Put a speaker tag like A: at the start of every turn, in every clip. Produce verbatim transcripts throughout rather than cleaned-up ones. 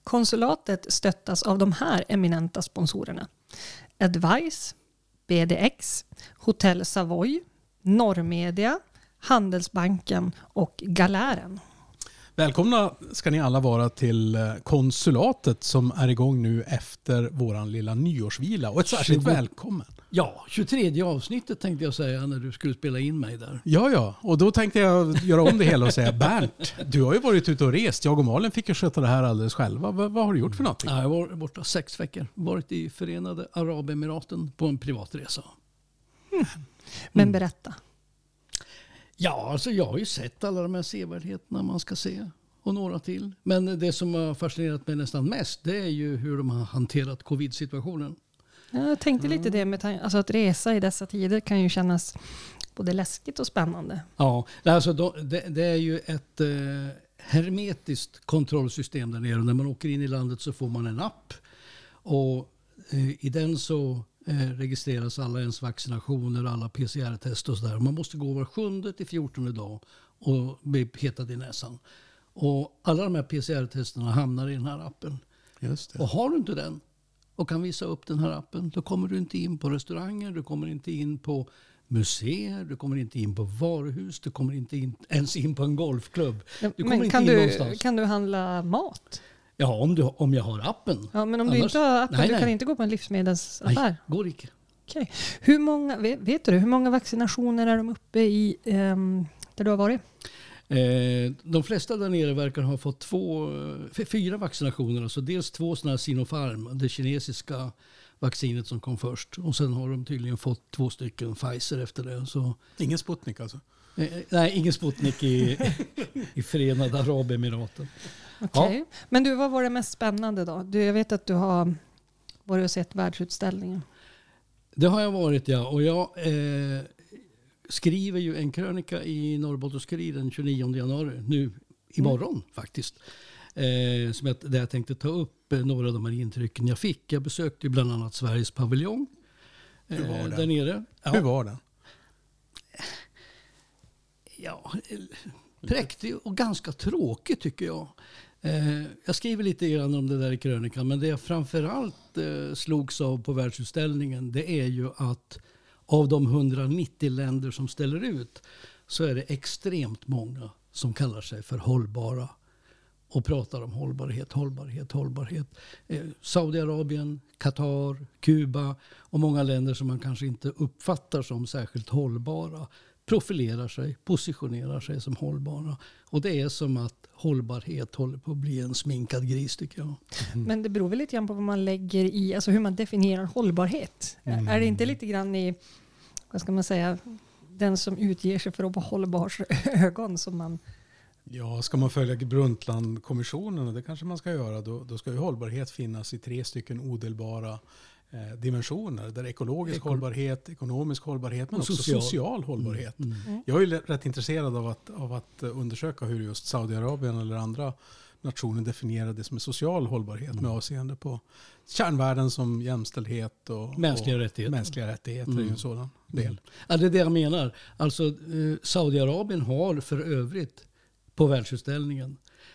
A: Konsulatet stöttas av de här eminenta sponsorerna. Advice, B D X, Hotel Savoy, Norrmedia, Handelsbanken och Galären.
B: Välkomna ska ni alla vara till Konsulatet som är igång nu efter våran lilla nyårsvila. Och ett särskilt tjugo välkommen.
C: Ja, tjugotredje avsnittet tänkte jag säga när du skulle spela in mig där.
B: Ja, ja. Och då tänkte jag göra om det hela och säga Bernt, du har ju varit ute och rest. Jag och Malin fick ju sköta det här alldeles själva. Vad, vad har du gjort för någonting?
C: Ja, jag var borta sex veckor. Varit i Förenade Arabemiraten på en privatresa.
A: Mm. Men berätta.
C: Ja, alltså jag har ju sett alla de här sevärdheterna man ska se. Och några till. Men det som har fascinerat mig nästan mest, det är ju hur de har hanterat covid-situationen.
A: Jag tänkte lite det med alltså att resa i dessa tider kan ju kännas både läskigt och spännande.
C: Ja, alltså det, det är ju ett eh, hermetiskt kontrollsystem där nere. När man åker in i landet så får man en app. Och eh, i den så eh, registreras alla ens vaccinationer, alla P C R-test och sådär. Man måste gå var sjunde till fjortonde dag och bli petad i näsan. Och alla de här P C R-testerna hamnar i den här appen.
B: Just det.
C: Och har du inte den och kan visa upp den här appen, då kommer du inte in på restauranger, du kommer inte in på museer, du kommer inte in på varuhus, du kommer inte in, ens in på en golfklubb. Du kommer
A: men
C: inte
A: kan,
C: in
A: du,
C: någonstans.
A: kan du handla mat?
C: Ja, om, du, om jag har appen.
A: Ja, men om Annars, du inte har appen, nej, du nej. kan inte gå på en livsmedelsaffär?
C: Nej, går inte.
A: Okay. Hur många, vet, vet du hur många vaccinationer är de uppe i um, där du har varit?
C: Eh, de flesta där nere verkar ha fått två, fyra vaccinationer. Alltså dels två sådana här Sinopharm, det kinesiska vaccinet som kom först. Och sen har de tydligen fått två stycken Pfizer efter det. Så,
B: ingen Sputnik alltså?
C: Eh, nej, ingen Sputnik i, i Förenade Arabemiraten.
A: Okej, okay. Ja. Men du, vad var det mest spännande då? Du, jag vet att du har varit och sett världsutställningen.
C: Det har jag varit, ja. Och jag eh, skriver ju en krönika i Norrbottens-Kuriren den tjugonionde januari. Nu imorgon mm. faktiskt. Eh, som jag, där jag tänkte ta upp eh, några av de här intrycken jag fick. Jag besökte ju bland annat Sveriges paviljong. Eh,
B: Hur var det?
C: Där nere. Ja.
B: Hur var det?
C: Ja, präktig och ganska tråkig tycker jag. Eh, jag skriver lite grann om det där i krönikan, men det jag framförallt eh, slogs av på världsutställningen, det är ju att av de hundranittio länder som ställer ut så är det extremt många som kallar sig för hållbara och pratar om hållbarhet, hållbarhet, hållbarhet. Eh, Saudiarabien, Qatar, Kuba och många länder som man kanske inte uppfattar som särskilt hållbara profilerar sig, positionerar sig som hållbara. Och det är som att hållbarhet håller på att bli en sminkad gris tycker jag.
A: Mm. Men det beror väl lite grann på vad man lägger i, alltså hur man definierar hållbarhet. Mm. Är det inte lite grann i, vad ska man säga, den som utger sig för att vara hållbars ögon som man...
B: Ja, ska man följa Brundtlandkommissionen, och det kanske man ska göra, då, då ska ju hållbarhet finnas i tre stycken odelbara eh, dimensioner. Där ekologisk Eko- hållbarhet, ekonomisk hållbarhet, men också social, social hållbarhet. Mm. Mm. Jag är ju rätt intresserad av att, av att undersöka hur just Saudiarabien eller andra nationer definierar det som är social hållbarhet mm. med avseende på kärnvärden som jämställdhet och
C: mänskliga
B: och
C: rättigheter.
B: Mänskliga rättigheter mm. är ju en sådan del. Mm.
C: Ja, det är det jag menar. Alltså, eh, Saudiarabien har för övrigt på världsutställningen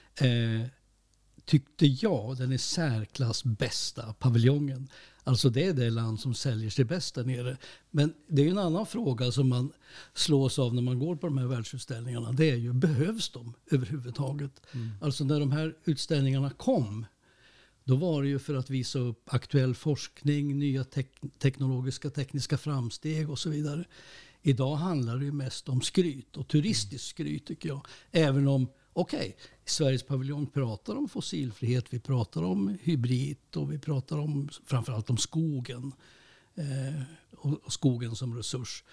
C: eh, tyckte jag den är särklass bästa paviljongen. Alltså det är det land som säljer sig bäst där nere. Men det är en annan fråga som man slås av när man går på de här världsutställningarna. Det är ju, behövs de överhuvudtaget? Mm. Alltså när de här utställningarna kom, då var det ju för att visa upp aktuell forskning, nya tek- teknologiska, tekniska framsteg och så vidare. Idag handlar det ju mest om skryt och turistiskt skryt tycker jag. Även om, okej, okay, Sveriges paviljong pratar om fossilfrihet, vi pratar om hybrid och vi pratar om framförallt om skogen. Eh, och, och skogen som resurs.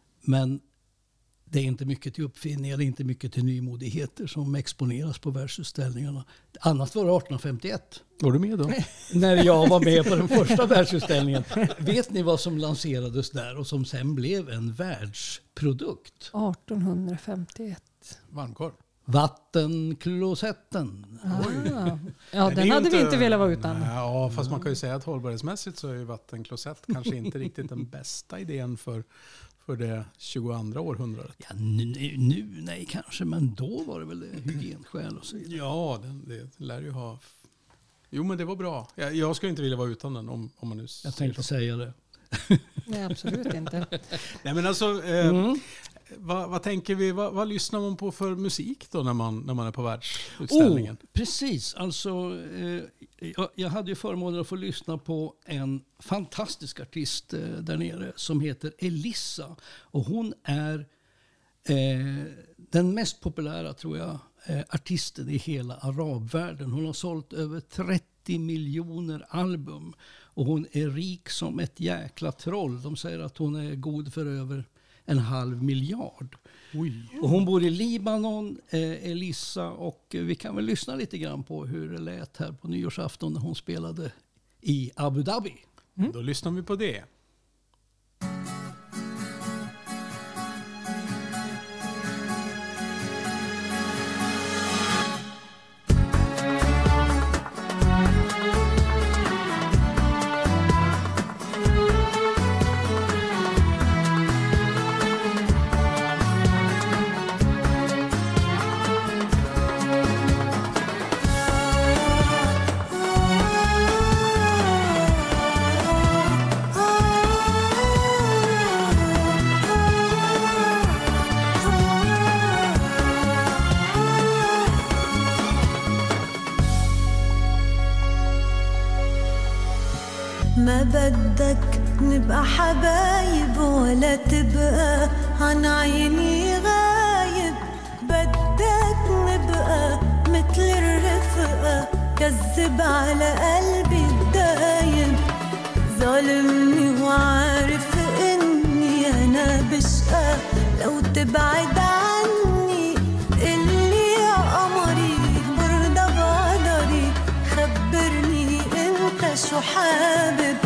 C: Men det är inte mycket till uppfinningar, det är inte mycket till nymodigheter som exponeras på världsutställningarna. Annat var det arton femtioett.
B: Var du med då?
C: När jag var med på den första världsutställningen. Vet ni vad som lanserades där och som sen blev en världsprodukt?
A: arton femtioett.
B: Varmkorv.
C: Vattenklosetten.
A: Ah. Ja, den hade inte, vi inte velat vara utan.
B: Nej, ja, fast man kan ju säga att hållbarhetsmässigt så är ju vattenklosett kanske inte riktigt den bästa idén för, för det tjugoandra århundradet.
C: Ja, nu, nu nej kanske, men då var det väl hygienskäl och så vidare.
B: Ja, det, det lär ju ha Jo, men det var bra. Jag, jag skulle inte vilja vara utan den om, om man nu...
C: Jag tänkte säga det.
A: Nej, absolut inte.
B: Nej, men alltså, eh,
C: Mm.
B: vad, vad tänker vi, vad, vad lyssnar man på för musik då när man, när man är på världsutställningen?
C: Oh, precis, alltså eh, jag, jag hade ju förmånen att få lyssna på en fantastisk artist eh, där nere som heter Elissa. Och hon är eh, den mest populära, tror jag, eh, artisten i hela arabvärlden. Hon har sålt över trettio miljoner album. Och hon är rik som ett jäkla troll. De säger att hon är god för över en halv miljard.
B: Oj.
C: Och hon bor i Libanon, eh, Elissa, och vi kan väl lyssna lite grann på hur det lät här på nyårsafton när hon spelade i Abu Dhabi.
B: Mm. Då lyssnar vi på det.
D: ما بدك نبقى حبايب ولا تبقى عن عيني غايب بدك نبقى مثل الرفقة كذب على قلبي الدايب ظالمني وعارف اني انا بشقى لو تبعد عني اللي يا قمري برضى بقدري خبرني انت شو حابب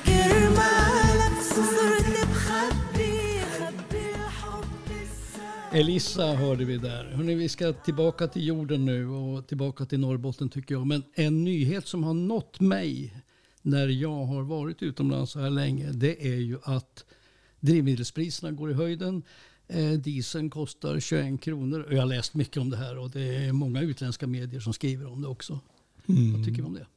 D: كرمالك صرت بخبي خبي الحب السابق.
C: Elissa hörde vi där. Hörrni, vi ska tillbaka till jorden nu och tillbaka till Norrbotten tycker jag. Men en nyhet som har nått mig när jag har varit utomlands så här länge, det är ju att drivmedelspriserna går i höjden. Eh, dieseln kostar tjugoen kronor. Och jag har läst mycket om det här och det är många utländska medier som skriver om det också. Mm. Vad tycker vi om det?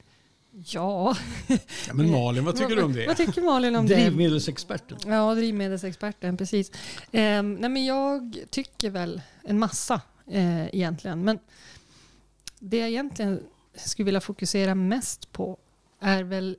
A: Ja.
B: Ja, men Malin, vad tycker du om det?
A: Vad tycker Malin om det?
C: Drivmedelsexperten.
A: Ja, drivmedelsexperten, precis. Eh, nej, men jag tycker väl en massa eh, egentligen. Men det jag egentligen skulle vilja fokusera mest på är väl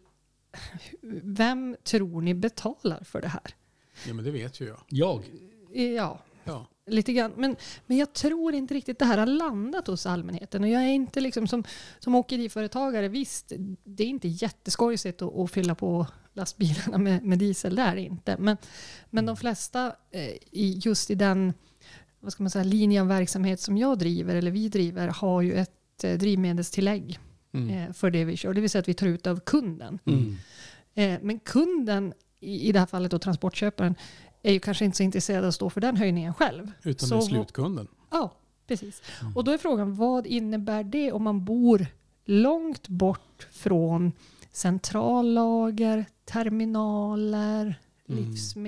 A: vem tror ni betalar för det här?
B: Ja, men det vet ju jag.
C: Jag.
A: Ja,
B: Ja.
A: lite grann. Men, men jag tror inte riktigt det här har landat hos allmänheten. Och jag är inte liksom som, som åkeriföretagare, visst, det är inte jätteskojsigt att, att fylla på lastbilarna med, med diesel, där inte. Men, men de flesta eh, i, just i den vad ska man säga, linje av verksamhet som jag driver, eller vi driver, har ju ett eh, drivmedelstillägg
B: Mm.
A: eh, för det vi kör. Det vill säga att vi tar ut av kunden.
C: Mm.
A: Eh, men kunden, i, i det här fallet då transportköparen, är ju kanske inte så intresserad av att stå för den höjningen själv.
B: Utan
A: så,
B: det är slutkunden.
A: Ja, precis.
B: Mm.
A: Och då är frågan, vad innebär det om man bor långt bort från centrallager, terminaler,
B: Mm.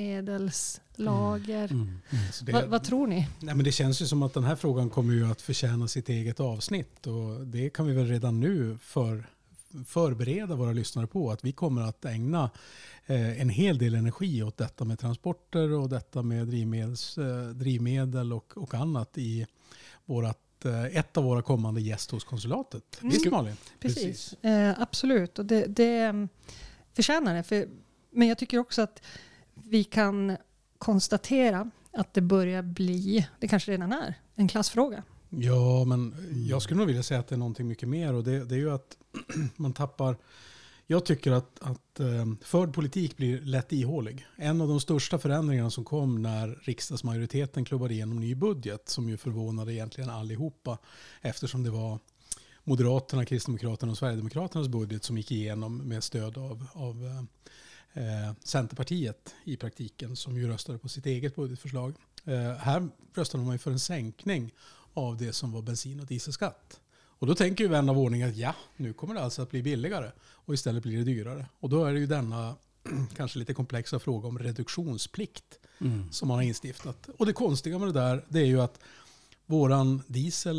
A: livsmedelslager?
C: Mm. Mm.
B: Så det,
A: Va, vad tror ni?
B: nej, men det känns ju som att den här frågan kommer ju att förtjäna sitt eget avsnitt. Och det kan vi väl redan nu för, förbereda våra lyssnare på. Att vi kommer att ägna eh, en hel del energi åt detta med transporter och detta med drivmedels, eh, drivmedel och, och annat i vårat, eh, ett av våra kommande gäst hos konsulatet.
A: Mm.
B: Visst Malin?
A: Precis, Eh, absolut. Och det, det mm, förtjänar det. För, men jag tycker också att vi kan konstatera att det börjar bli, det kanske redan är, en klassfråga.
B: Ja, men jag skulle nog vilja säga att det är någonting mycket mer. Och det, det är ju att man tappar... Jag tycker att, att eh, förd politik blir lätt ihålig. En av de största förändringarna som kom när riksdagsmajoriteten klubbade igenom ny budget, som ju förvånade egentligen allihopa, eftersom det var Moderaterna, Kristdemokraterna och Sverigedemokraternas budget som gick igenom med stöd av, av eh, Centerpartiet i praktiken, som ju röstade på sitt eget budgetförslag. Eh, här röstade man ju för en sänkning av det som var bensin- och dieselskatt. Och då tänker ju vän av ordning att ja, nu kommer det alltså att bli billigare och istället blir det dyrare. Och då är det ju denna kanske lite komplexa fråga om reduktionsplikt
C: Mm.
B: som man har instiftat. Och det konstiga med det där, det är ju att våran diesel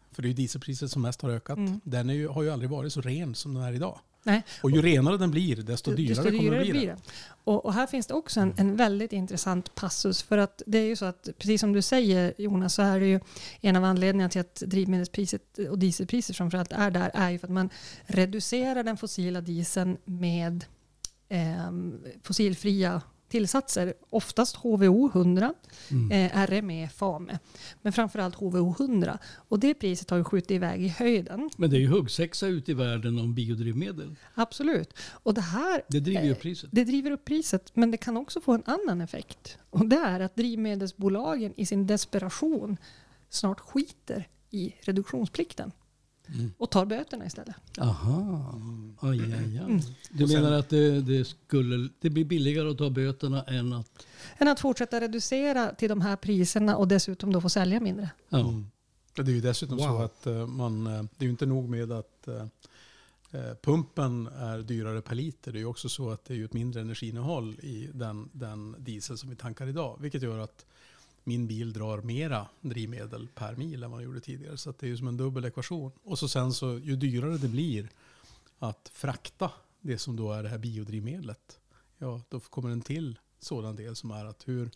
B: för det är ju dieselpriset som mest har ökat. Mm. Den är ju, har ju aldrig varit så ren som den är idag.
A: Nej.
B: Och ju renare den blir, desto dyrare, desto dyrare kommer det bli. Det.
A: Och, och här finns det också en, en väldigt intressant passus. För att det är ju så att, precis som du säger Jonas, så är det ju en av anledningarna till att drivmedelspriset och dieselpriset framförallt är där, är ju för att man reducerar den fossila dieseln med eh, fossilfria tillsatser, oftast H V O hundra, mm. eh, R M E, F A M E, men framförallt H V O hundra. Och det priset har ju skjutit iväg i höjden.
C: Men det är ju huggsexa ut i världen om biodrivmedel.
A: Absolut. Och det här
C: det driver
A: eh,
C: upp priset.
A: Det driver upp priset, men det kan också få en annan effekt. Och det är att drivmedelsbolagen i sin desperation snart skiter i reduktionsplikten. Mm. Och tar böterna istället.
C: Aha. Mm. Aj, aj, aj. Mm. Du menar att det, det, skulle, det blir billigare att ta böterna än att...
A: Än att fortsätta reducera till de här priserna och dessutom då få sälja mindre.
B: Mm. Det är ju dessutom wow. så att man... Det är ju inte nog med att uh, pumpen är dyrare per liter. Det är ju också så att det är ju ett mindre energiinnehåll i den, den diesel som vi tankar idag. Vilket gör att min bil drar mera drivmedel per mil än vad den gjorde tidigare. Så att det är ju som en dubbel ekvation. Och så sen så ju dyrare det blir att frakta det som då är det här biodrivmedlet. Ja, då kommer en till sådan del som är att hur,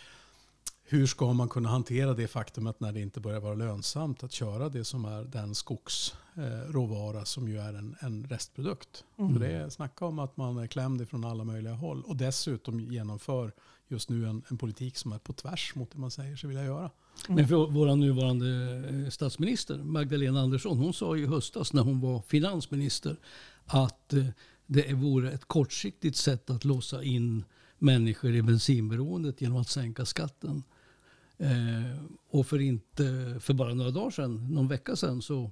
B: hur ska man kunna hantera det faktumet när det inte börjar vara lönsamt att köra det som är den skogsråvara eh, som ju är en, en restprodukt. Mm. För det är snacka om att man är klämd från alla möjliga håll och dessutom genomför just nu en, en politik som är på tvärs mot det man säger sig vilja göra.
C: Mm. Men för vår nuvarande statsminister Magdalena Andersson, hon sa ju i höstas när hon var finansminister att det vore ett kortsiktigt sätt att låsa in människor i bensinberoendet genom att sänka skatten. Eh, och för, inte, för bara några dagar sedan, någon vecka sedan, så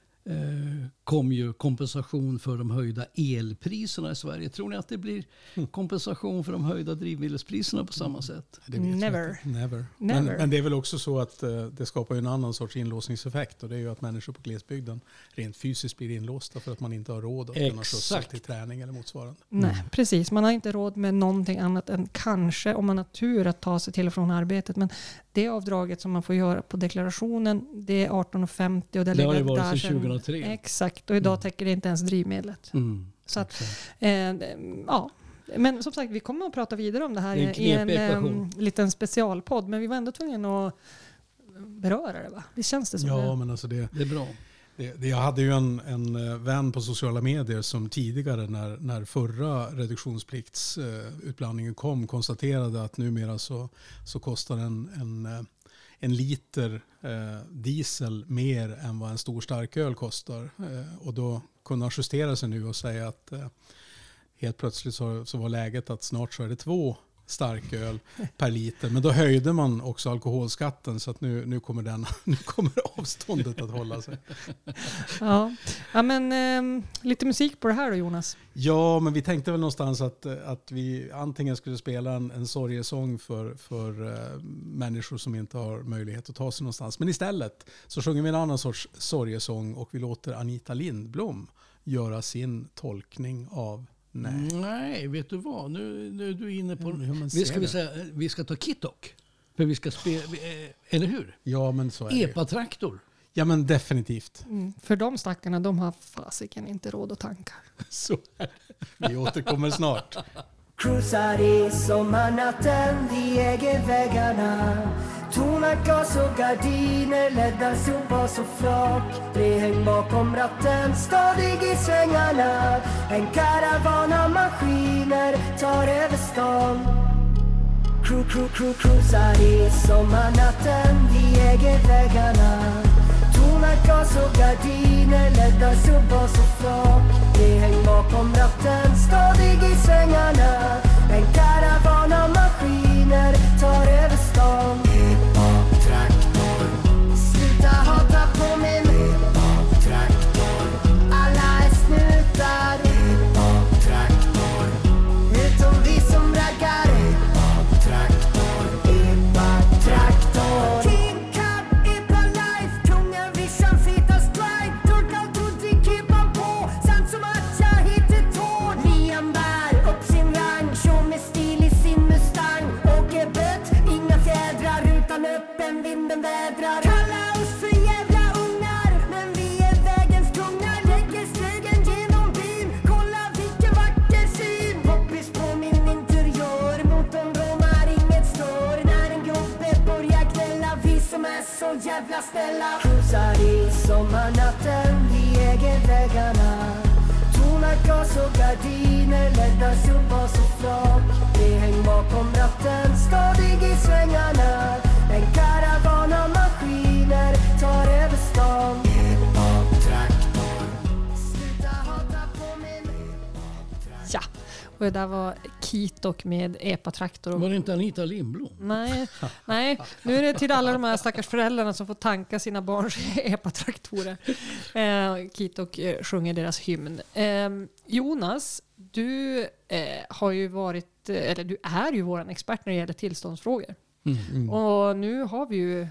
C: eh, kom ju kompensation för de höjda elpriserna i Sverige. Tror ni att det blir kompensation för de höjda drivmedelspriserna på samma sätt?
B: Det vet
A: Never.
B: Never.
A: Never.
B: Men, men det är väl också så att uh, det skapar ju en annan sorts inlåsningseffekt. Och det är ju att människor på glesbygden rent fysiskt blir inlåsta för att man inte har råd att
C: Exakt.
B: kunna skjutsa till träning eller motsvarande.
A: Nej, mm. precis. Man har inte råd med någonting annat än kanske, om man har tur, att ta sig till och från arbetet. Men det avdraget som man får göra på deklarationen, det är arton femtio och det,
C: det har det varit
A: där
C: sedan tjugohundratre.
A: Exakt, och idag
C: mm.
A: täcker det inte ens drivmedlet.
C: Mm.
A: Så att, eh, ja. Men som sagt, vi kommer att prata vidare om det här
C: det
A: i en eh, liten specialpodd. Men vi var ändå tvungna att beröra det, va? Det känns det som
B: ja,
A: det.
B: Men alltså det,
C: det är bra.
B: Det, det, jag hade ju en, en vän på sociala medier som tidigare när, när förra reduktionspliktsutblandningen kom konstaterade att numera så, så kostar en, en, en liter eh, diesel mer än vad en stor starköl kostar. Eh, och då kunde han justera sig nu och säga att eh, helt plötsligt så, så var läget att snart så är det två starköl per liter. Men då höjde man också alkoholskatten så att nu, nu, kommer, den, nu kommer avståndet att hålla sig.
A: Ja, ja men eh, lite musik på det här då, Jonas.
B: Ja, men vi tänkte väl någonstans att, att vi antingen skulle spela en, en sorgesång för, för uh, människor som inte har möjlighet att ta sig någonstans. Men istället så sjunger vi en annan sorts sorgesång och vi låter Anita Lindblom göra sin tolkning av Nej.
C: Nej, vet du vad? Nu, nu är du inne på...
B: Ja,
C: vi, ska vi, säga, vi ska ta Kittok. För vi ska spela... Eller hur?
B: Ja, men så är det.
C: Epa-traktor.
B: Ja, men definitivt.
A: Mm, för de stackarna, de har fasiken inte råd att tanka.
B: Så är det. Vi återkommer snart.
E: Cruisar i sommarnatten, vi äger vägarna. Tonar, gas och gardiner, ledda solbas och flak. Bredhäng bakom ratten, stadig i svängarna. En karavan av maskiner tar över stan. Cru, cru, cru, cruisar i sommarnatten, vi äger vägarna. Tonar, gas och gardiner, ledda solbas och flak. Bredhäng bakom ratten, stadig i svängarna. En karavan av maskiner tar över stan. Epa-traktor, sluta hata på min Epa-traktor. Alla är snutar. Epa-traktor, utom vi som raggar. Epa-traktor, Epa-traktor. King Cup, Epa-life, kungen vischan, feta strike. Torkar trodde kippan på, sant som att jag hittar tård.
A: Och det där var Kitok med epatraktor.
C: Var det inte Anita Lindblom?
A: Nej, nej, nu är det till alla de här stackars föräldrarna som får tanka sina barns epatraktorer. Eh, Kitok eh, sjunger deras hymn. Eh, Jonas, du eh, har ju varit, eller du är ju våran expert när det gäller tillståndsfrågor.
C: Mm.
B: Mm.
A: Och nu har vi ju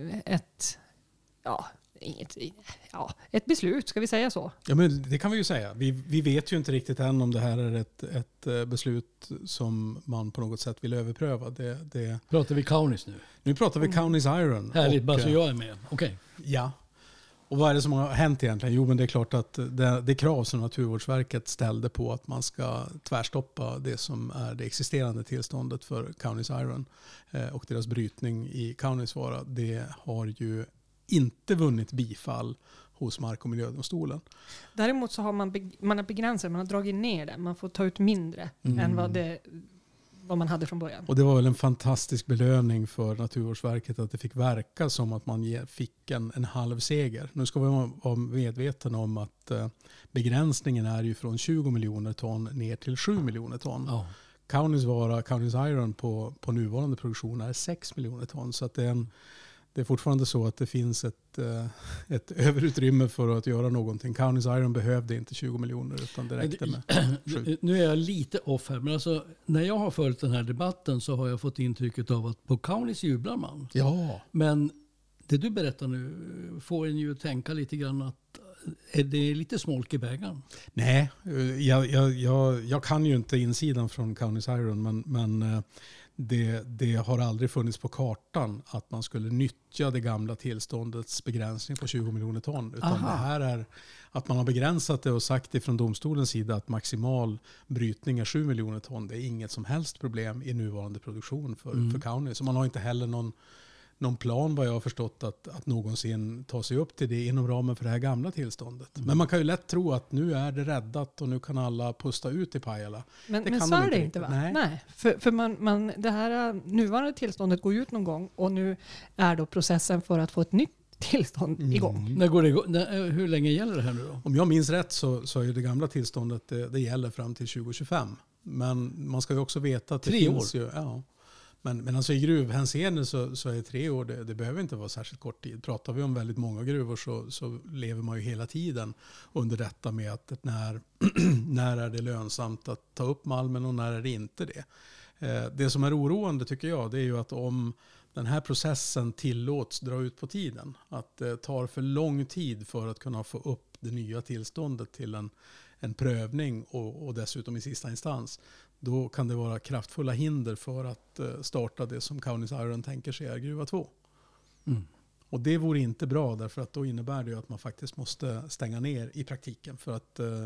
A: ett, ja, inget, ja, ett beslut, ska vi säga så?
B: Ja, men det kan vi ju säga. Vi, vi vet ju inte riktigt än om det här är ett, ett eh, beslut som man på något sätt vill överpröva. Det, det...
C: Pratar vi Kaunis nu?
B: Nu pratar vi Kaunis Iron.
C: Härligt,
B: och,
C: bara så
B: eh,
C: jag är med. Okej.
B: Ja. Och vad är det som har hänt egentligen? Jo, men det är klart att det, det krav som Naturvårdsverket ställde på att man ska tvärstoppa det som är det existerande tillståndet för Kaunis Iron eh, och deras brytning i Kaunisvaara, det har ju inte vunnit bifall hos Mark- och miljödomstolen.
A: Däremot så har man, beg- man har begränsat, man har dragit ner det. Man får ta ut mindre
B: Mm.
A: än vad, det, vad man hade från början.
B: Och det var väl en fantastisk belöning för Naturvårdsverket att det fick verka som att man ge, fick en, en halv seger. Nu ska vi vara medvetna om att eh, begränsningen är ju från tjugo miljoner ton ner till sju miljoner ton.
C: Ja.
B: Kaunisvaara, Kaunis Iron på, på nuvarande produktion är sex miljoner ton. Så att det är en Det är fortfarande så att det finns ett, ett överutrymme för att göra någonting. Kaunis Iron behövde inte tjugo miljoner utan det räckte med sju.
C: Nu är jag lite off här, men alltså, när jag har följt den här debatten så har jag fått intrycket av att på Kaunis jublar man.
B: Ja,
C: Men det du berättar nu får en ju tänka lite grann att är det lite smolk i bägaren?
B: nej, jag, jag, jag, jag kan ju inte insidan från Kaunis Iron, men, men det, det har aldrig funnits på kartan att man skulle nyttja det gamla tillståndets begränsning på tjugo miljoner ton. Utan
C: Aha.
B: det här är att man har begränsat det och sagt ifrån domstolens sida att maximal brytning är sju miljoner ton. Det är inget som helst problem i nuvarande produktion för,
C: Mm.
B: för Kaunis. Så man har inte heller någon någon plan vad jag har förstått att, att någonsin ta sig upp till det inom ramen för det här gamla tillståndet.
C: Mm.
B: Men man kan ju lätt tro att nu är det räddat och nu kan alla pusta ut i Pajala.
A: Men,
B: Det
A: men
B: kan
A: så
B: de
A: är det
B: inte
A: inte, va?
B: riktigt. Nej.
A: För, för man, man, det här nuvarande tillståndet går ut någon gång och nu är då processen för att få ett nytt tillstånd
B: Mm.
A: igång.
C: När går det igång? När, hur länge gäller det här nu då?
B: Om jag minns rätt så, så är ju det gamla tillståndet det, det gäller fram till tjugo tjugofem. Men man ska ju också veta att det
C: Tre
B: finns
C: år.
B: ju... Ja. Men, men alltså i gruvhänseende så, så är tre år, det, det behöver inte vara särskilt kort tid. Pratar vi om väldigt många gruvor så, så lever man ju hela tiden under detta med att när, när är det lönsamt att ta upp malmen och när är det inte det. Eh, det som är oroande tycker jag, det är ju att om den här processen tillåts dra ut på tiden, att det tar för lång tid för att kunna få upp det nya tillståndet till en, en prövning och, och dessutom i sista instans, då kan det vara kraftfulla hinder för att starta det som Kaunis Iron tänker sig är gruva två.
C: Mm.
B: Och det vore inte bra därför att då innebär det ju att man faktiskt måste stänga ner i praktiken. För att eh,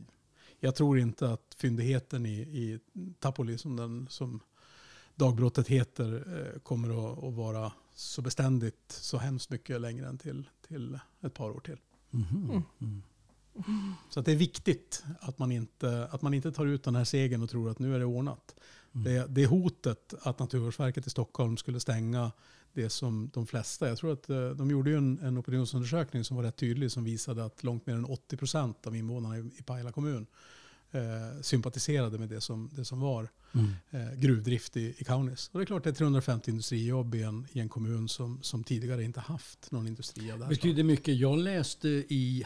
B: jag tror inte att fyndigheten i, i Tapoli som, den, som dagbrottet heter eh, kommer att, att vara så beständigt så hemskt mycket längre än till, till ett par år till.
C: Mhm. Mm.
B: Så att det är viktigt att man, inte, att man inte tar ut den här segern och tror att nu är det ordnat.
C: Mm.
B: Det, det är hotet att Naturvårdsverket i Stockholm skulle stänga det som de flesta, jag tror att eh, de gjorde ju en, en opinionsundersökning som var rätt tydlig som visade att långt mer än åttio procent av invånarna i, i Pajala kommun eh, sympatiserade med det som, det som var
C: Mm.
B: eh, gruvdrift i, i Kaunis. Och det är klart det är trehundrafemtio industrijobb i en, i en kommun som, som tidigare inte haft någon industri av det här
C: Betyder
B: slaget.
C: mycket. Jag läste i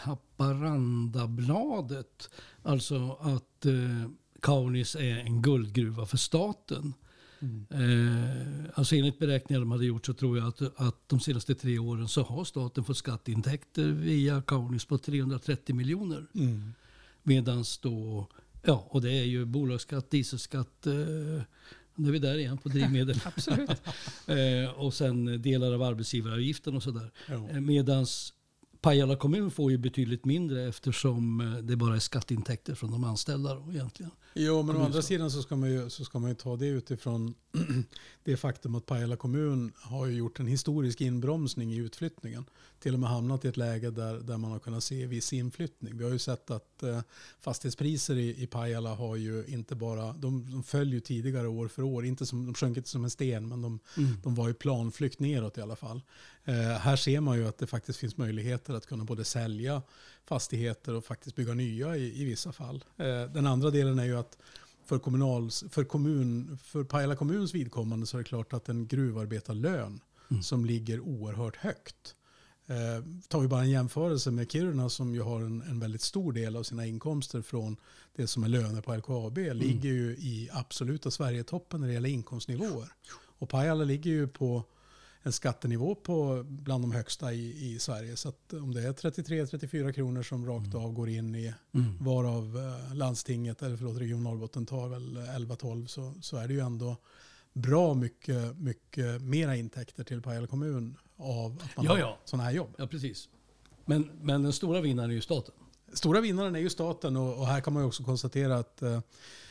C: Haparandabladet alltså att eh, Kaunis är en guldgruva för staten.
B: Mm.
C: Eh, alltså enligt beräkningar de hade gjort så tror jag att, att de senaste tre åren så har staten fått skatteintäkter via Kaunis på trehundratrettio miljoner.
B: Mm.
C: Medans då, ja och det är ju bolagsskatt, dieselskatt, eh, nu är vi där igen på drivmedel.
A: Absolut.
C: eh, och sen delar av arbetsgivaravgiften och sådär.
B: Ja.
C: Eh, medans Pajala kommun får ju betydligt mindre eftersom eh, det bara är skatteintäkter från de anställda då, egentligen.
B: Jo, men å andra sidan så ska man ju, så ska man ju ta det utifrån det faktum att Pajala kommun har ju gjort en historisk inbromsning i utflyttningen. Till och med hamnat i ett läge där, där man har kunnat se viss inflyttning. Vi har ju sett att eh, fastighetspriser i, i Pajala har ju inte bara, de, de följer ju tidigare år för år, inte som, de sjönk inte som en sten men de,
C: Mm.
B: de var ju planflykt neråt i alla fall. Eh, här ser man ju att det faktiskt finns möjligheter att kunna både sälja fastigheter och faktiskt bygga nya i, i vissa fall. Eh, den andra delen är ju att för, kommunals, för, kommun, för Pajala kommuns vidkommande så är det klart att en gruvarbetarlön mm. som ligger oerhört högt. Eh, tar vi bara en jämförelse med Kiruna som ju har en, en väldigt stor del av sina inkomster från det som är löner på L K A B mm. ligger ju i absoluta Sverigetoppen när det gäller inkomstnivåer. Och Pajala ligger ju på en skattenivå på bland de högsta i, i Sverige. Så att om det är trettiotre till trettiofyra kronor som rakt av går in i mm. varav eh, landstinget, eller förlåt Region Norrbotten tar väl elva tolv så, så är det ju ändå bra mycket, mycket mera intäkter till Pajala kommun av att man
C: ja,
B: har
C: ja.
B: sådana här jobb.
C: Ja, precis. Men, men den stora vinnaren är ju staten.
B: Stora vinnaren är ju staten och, och här kan man ju också konstatera att eh,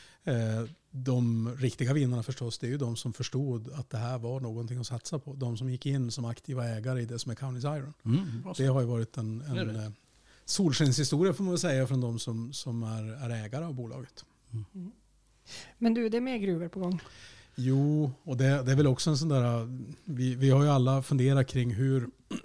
B: de riktiga vinnarna förstås, det är ju de som förstod att det här var någonting att satsa på. De som gick in som aktiva ägare i det som är Kaunis Iron. Mm, det har ju varit en, en det. solskenshistoria får man väl säga från de som, som är, är ägare av bolaget.
A: Mm. Mm. Men du, det är mer gruvor på gång?
B: Jo, och det, det är väl också en sån där, vi, vi har ju alla funderat kring hur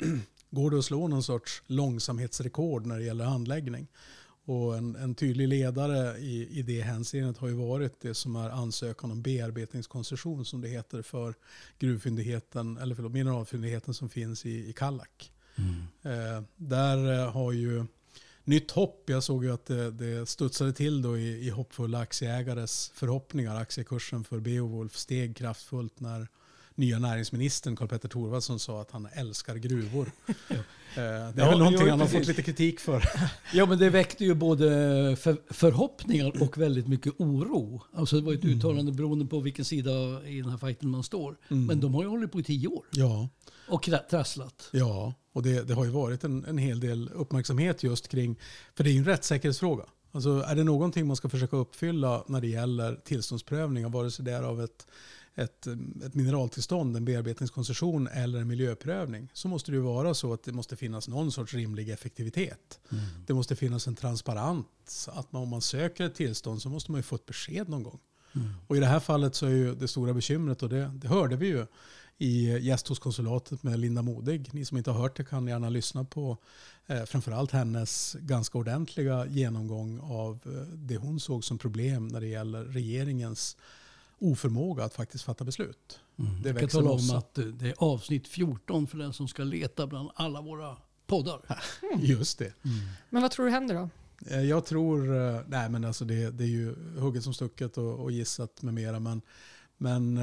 B: går det att slå någon sorts långsamhetsrekord när det gäller handläggning. Och en, en tydlig ledare i, i det hänseendet har ju varit det som är ansökan om bearbetningskoncession som det heter för gruvfyndigheten, eller förlåt, mineralfyndigheten som finns i, i Kallak. Mm. Eh, där har ju nytt hopp, jag såg ju att det, det studsade till då i, i hoppfulla aktieägares förhoppningar. Aktiekursen för Beowulf steg kraftfullt när nya näringsministern Karl-Petter Thorwaldsson sa att han älskar gruvor. Ja. Det är ja, väl någonting han har fått lite kritik för. Ja, men det väckte ju både för, förhoppningar och väldigt mycket oro. Alltså det var ett mm. uttalande beroende på vilken sida i den här fighten man står. Mm. Men de har ju hållit på i tio år. Ja. Och trasslat. Ja, och det, det har ju varit en, en hel del uppmärksamhet just kring, för det är ju en rättssäkerhetsfråga. Alltså är det någonting man ska försöka uppfylla när det gäller tillståndsprövningar, vare sig det är av ett Ett, ett mineraltillstånd, en bearbetningskoncession eller en miljöprövning, så måste det ju vara så att det måste finnas någon sorts rimlig effektivitet. Mm. Det måste finnas en transparens. Att man, om man söker ett tillstånd så måste man ju få ett besked någon gång. Mm. Och i det här fallet så är ju det stora bekymret, och det, det hörde vi ju i Gäst hos konsulatet med Linda Modig. Ni som inte har hört det kan gärna lyssna på eh, framförallt hennes ganska ordentliga genomgång av eh, det hon såg som problem när det gäller regeringens oförmåga att faktiskt fatta beslut. Mm. Det jag kan tala om att det är avsnitt fjorton för den som ska leta bland alla våra poddar. Mm. Just det. Mm.
A: Men vad tror du händer då?
B: Jag tror, nej men alltså det, det är ju hugget som stucket och, och gissat med mera. Men, men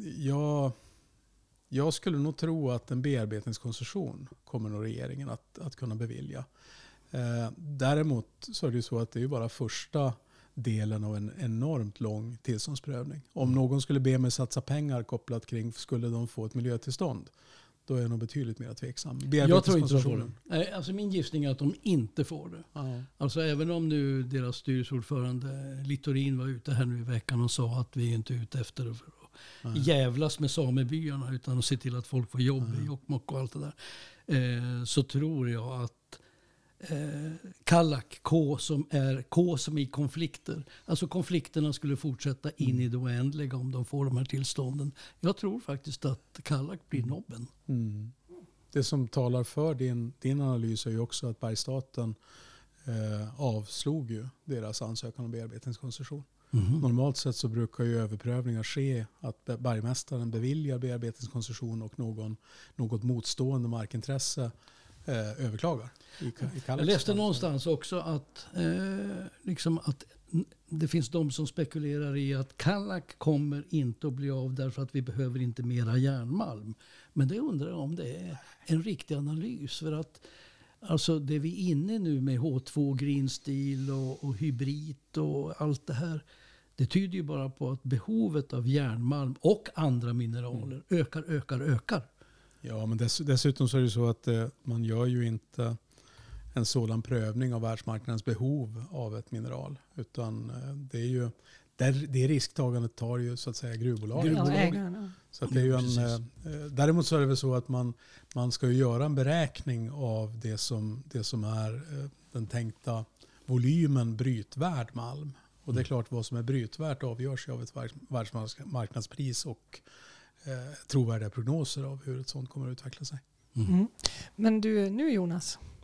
B: jag, jag skulle nog tro att en bearbetningskoncession kommer nog regeringen att, att kunna bevilja. Däremot så är det ju så att det är ju bara första delen av en enormt lång tillståndsprövning. Om någon skulle be mig satsa pengar kopplat kring skulle de få ett miljötillstånd, då är jag nog betydligt mer tveksam.
C: Jag tror inte de får det. Nej, alltså min gissning är att de inte får det. Ja. Alltså även om nu deras styrelseordförande Littorin var ute här nu i veckan och sa att vi är inte ute efter för att Nej. jävlas med samebyarna utan att se till att folk får jobb Nej. i Jokkmokk och allt det där. Eh, så tror jag att Eh, Kallak, K som är K som i konflikter. Alltså konflikterna skulle fortsätta in mm. i det oändliga om de får de här tillstånden. Jag tror faktiskt att Kallak blir nobben. Mm.
B: Det som talar för din, din analys är ju också att Bergsstaten eh, avslog ju deras ansökan om bearbetningskoncession. Mm. Normalt sett så brukar ju överprövningar ske att bergmästaren beviljar bearbetningskoncession och någon, något motstående markintresse Eh, överklagar. I, i
C: Jag läste någonstans också att, eh, liksom att det finns de som spekulerar i att Kallak kommer inte att bli av därför att vi behöver inte mera järnmalm. Men det undrar jag om det är en riktig analys. För att alltså det vi är inne nu med H två, green steel och, och hybrid och allt det här, det tyder ju bara på att behovet av järnmalm och andra mineraler mm. ökar, ökar, ökar.
B: Ja, men dess, dessutom så är det så att eh, man gör ju inte en sådan prövning av världsmarknadens behov av ett mineral. Utan eh, det är ju där, det risktagandet tar ju så att säga gruvbolagen.
A: Ja, ägarna.
B: Så att det är ju en, eh, däremot så är det väl så att man, man ska ju göra en beräkning av det som, det som är eh, den tänkta volymen brytvärd malm. Och det är klart vad som är brytvärt avgörs av ett världsmarknadspris och Eh, trovärdiga prognoser av hur ett sånt kommer att utveckla sig.
A: Mm. Mm. Men du, nu Jonas,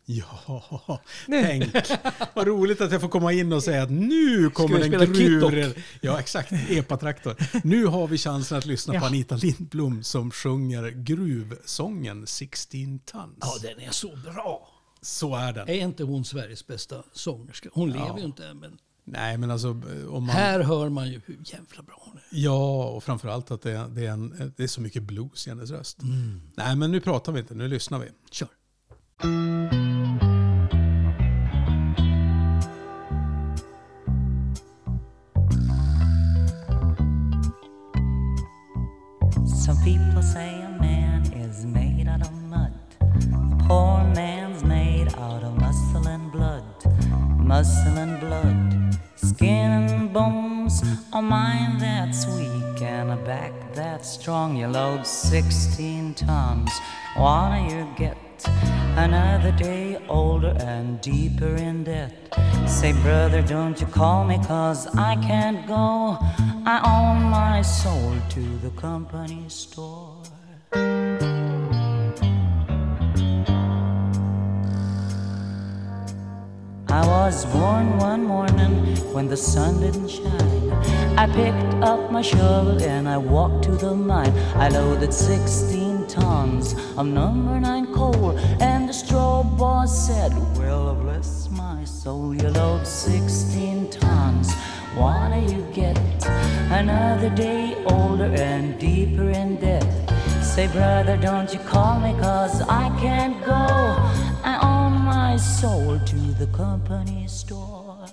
B: Ja, tänk. Vad roligt att jag får komma in och säga att nu kommer en gruv... Ja, exakt. Epatraktor. Nu har vi chansen att lyssna
A: Ja.
B: på Anita Lindblom som sjunger gruvsången sexton tons.
C: Ja, den är så bra.
B: Så är den.
C: Är inte hon Sveriges bästa sångerska? Hon
B: Ja.
C: lever ju inte än, men
B: Nej, men alltså om man...
C: här hör man ju hur jävla bra hon är.
B: Ja, och framförallt att det är, det är, en, det är så mycket blues i hennes röst. Nej, men nu pratar vi inte. Nu lyssnar vi.
C: Kör.
F: Some people say a man is made out of mud. A poor man's made out of muscle and blood. Muscle and blood. Skin and bones. A mind that's weak and a back that's strong. You load sixteen tons. What do you get? Another day older and deeper in debt. Say, brother, don't you call me, 'cause I can't go. I own my soul to the company store. I was born one morning when the sun didn't shine. I picked up my shovel and I walked to the mine. I loaded sixteen tons of number nine coal, and the straw boss said, well, bless my soul, you load sixteen tons. What do you get? Another day older and deeper in debt. Say, brother, don't you call me, 'cause I can't go. I own my soul to the company store.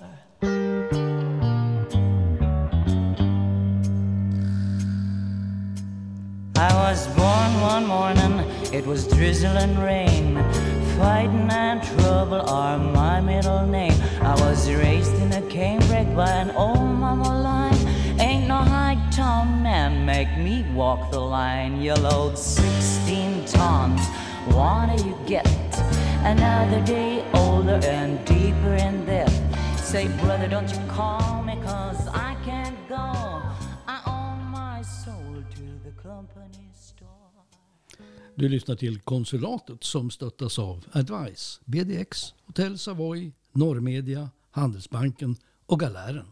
F: I was born one morning, it was drizzling rain. Fighting and trouble are my middle name. I was raised in a canebrake by an old mama line. Ain't no high town man make me walk the line. You load sixteen tons, what do you get? Another day older and deeper in debt. Say, brother, don't you call me, 'cause I can't go. I own my soul to the company store.
C: Du lyssnar till Konsulatet som stöttas av Advice, B D X, Hotell Savoy, Norrmedia, Handelsbanken och Galären.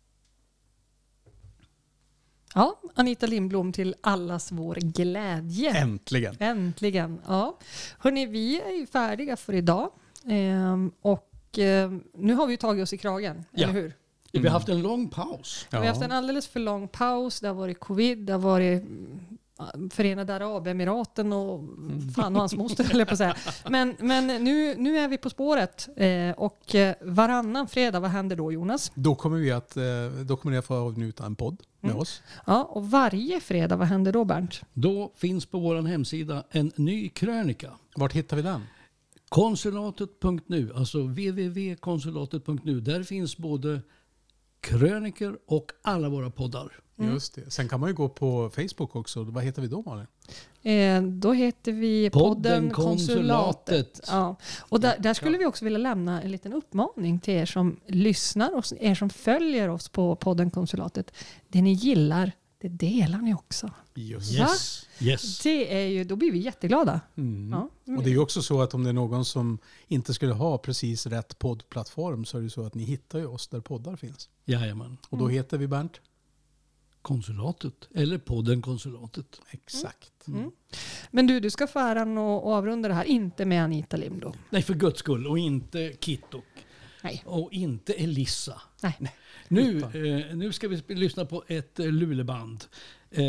A: Ja, Anita Lindblom till allas vår glädje.
B: Äntligen.
A: Äntligen, ja. Hörrni, vi är ju färdiga för idag. Ehm, och ehm, nu har vi ju tagit oss i kragen,
C: Ja.
A: eller hur?
C: Vi har haft en lång paus.
A: Vi har haft en alldeles för lång paus. Det har varit covid, det har varit mm, Förenade Arabemiraten och fan och hans moster, höll jag på att säga. Men, men nu, nu är vi på spåret. Eh, och eh, varannan fredag, vad händer då, Jonas?
B: Då kommer vi att, eh, då kommer ni att få avnjuta en podd med
A: Mm.
B: oss.
A: Ja, och varje fredag, vad händer då, Bernt?
C: Då finns på vår hemsida en ny krönika.
B: Vart hittar vi den?
C: Konsulatet punkt nu, alltså w w w punkt konsulatet punkt nu. Där finns både kröniker och alla våra poddar.
A: Mm.
B: Just det. Sen kan man ju gå på Facebook också. Vad heter vi då, Malin?
A: Eh, då heter vi
C: Podden
A: podden Konsulatet.
C: Konsulatet.
A: Ja. Och där, där skulle vi också vilja lämna en liten uppmaning till er som lyssnar och er som följer oss på podden Konsulatet. Det ni gillar, det delar ni också.
B: Just.
C: Yes. Yes.
A: Det är ju, då blir vi jätteglada.
B: Mm.
A: Ja.
B: Och det är ju också så att om det är någon som inte skulle ha precis rätt poddplattform så är det så att ni hittar ju oss där poddar finns.
C: Jajamän.
B: Och då heter vi Bernt?
C: Konsulatet. Eller podden Konsulatet.
B: Exakt.
A: Mm. Men du, du ska få äran och, och avrunda det här, inte med Anita Lim då.
C: Nej, för guds skull. Och inte Kittok.
A: Nej.
C: Och inte Elissa.
A: Nej.
C: Nu, eh, nu ska vi sp- lyssna på ett eh, luleband. Eh,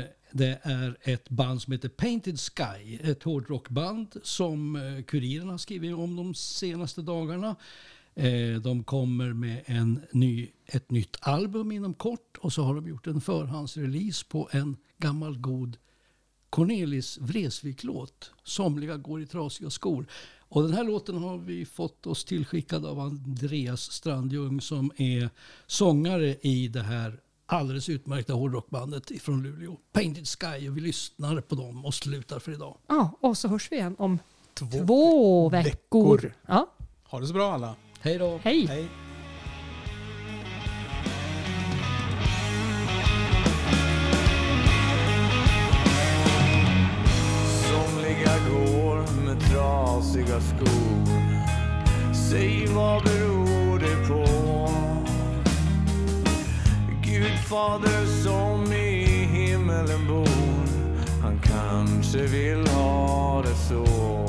C: det är ett band som heter Painted Sky. Ett hårdrockband som eh, Kuriren har skrivit om de senaste dagarna. Eh, de kommer med en ny, ett nytt album inom kort. Och så har de gjort en förhandsrelease på en gammal god Cornelis Vreeswijk-låt. Somliga går i trasiga skor. Och den här låten har vi fått oss tillskickad av Andreas Strandjung som är sångare i det här alldeles utmärkta hårdrockbandet från Luleå. Painted Sky, och vi lyssnar på dem och slutar för idag.
A: Ja, och så hörs vi igen om
B: Två,
A: två veckor.
B: veckor.
A: Ja,
B: Ha det så bra alla.
C: Hej då!
A: hej.
B: Hej.
E: Somliga går med trasiga skor.
G: Säg vad beror det på? Gudfader som i himmelen bor, han kanske vill ha det så.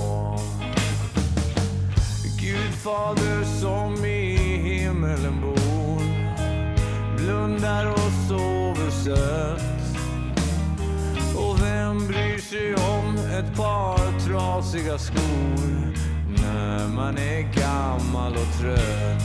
G: Gudfader som i himmelen bor, blundar och sover sött. Och vem bryr sig om ett par trasiga skor när man är gammal och trött?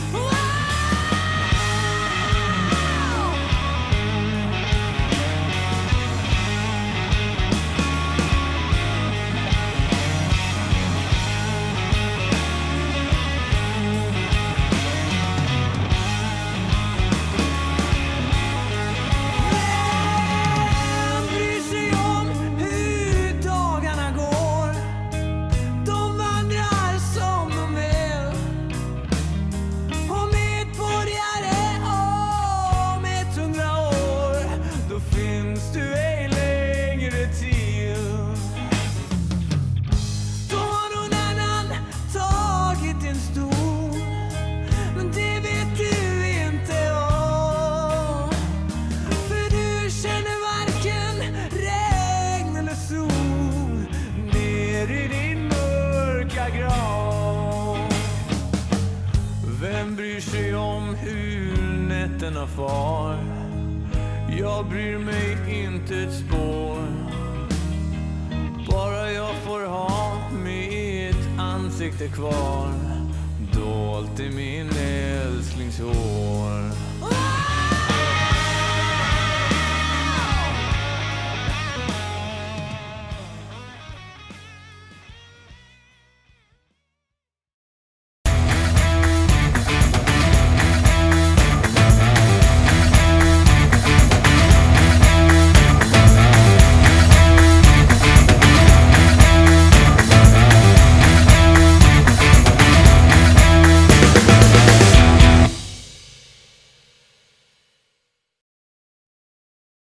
G: Far, jag bryr mig inte ett spår. Bara jag får ha mitt ansikte kvar, då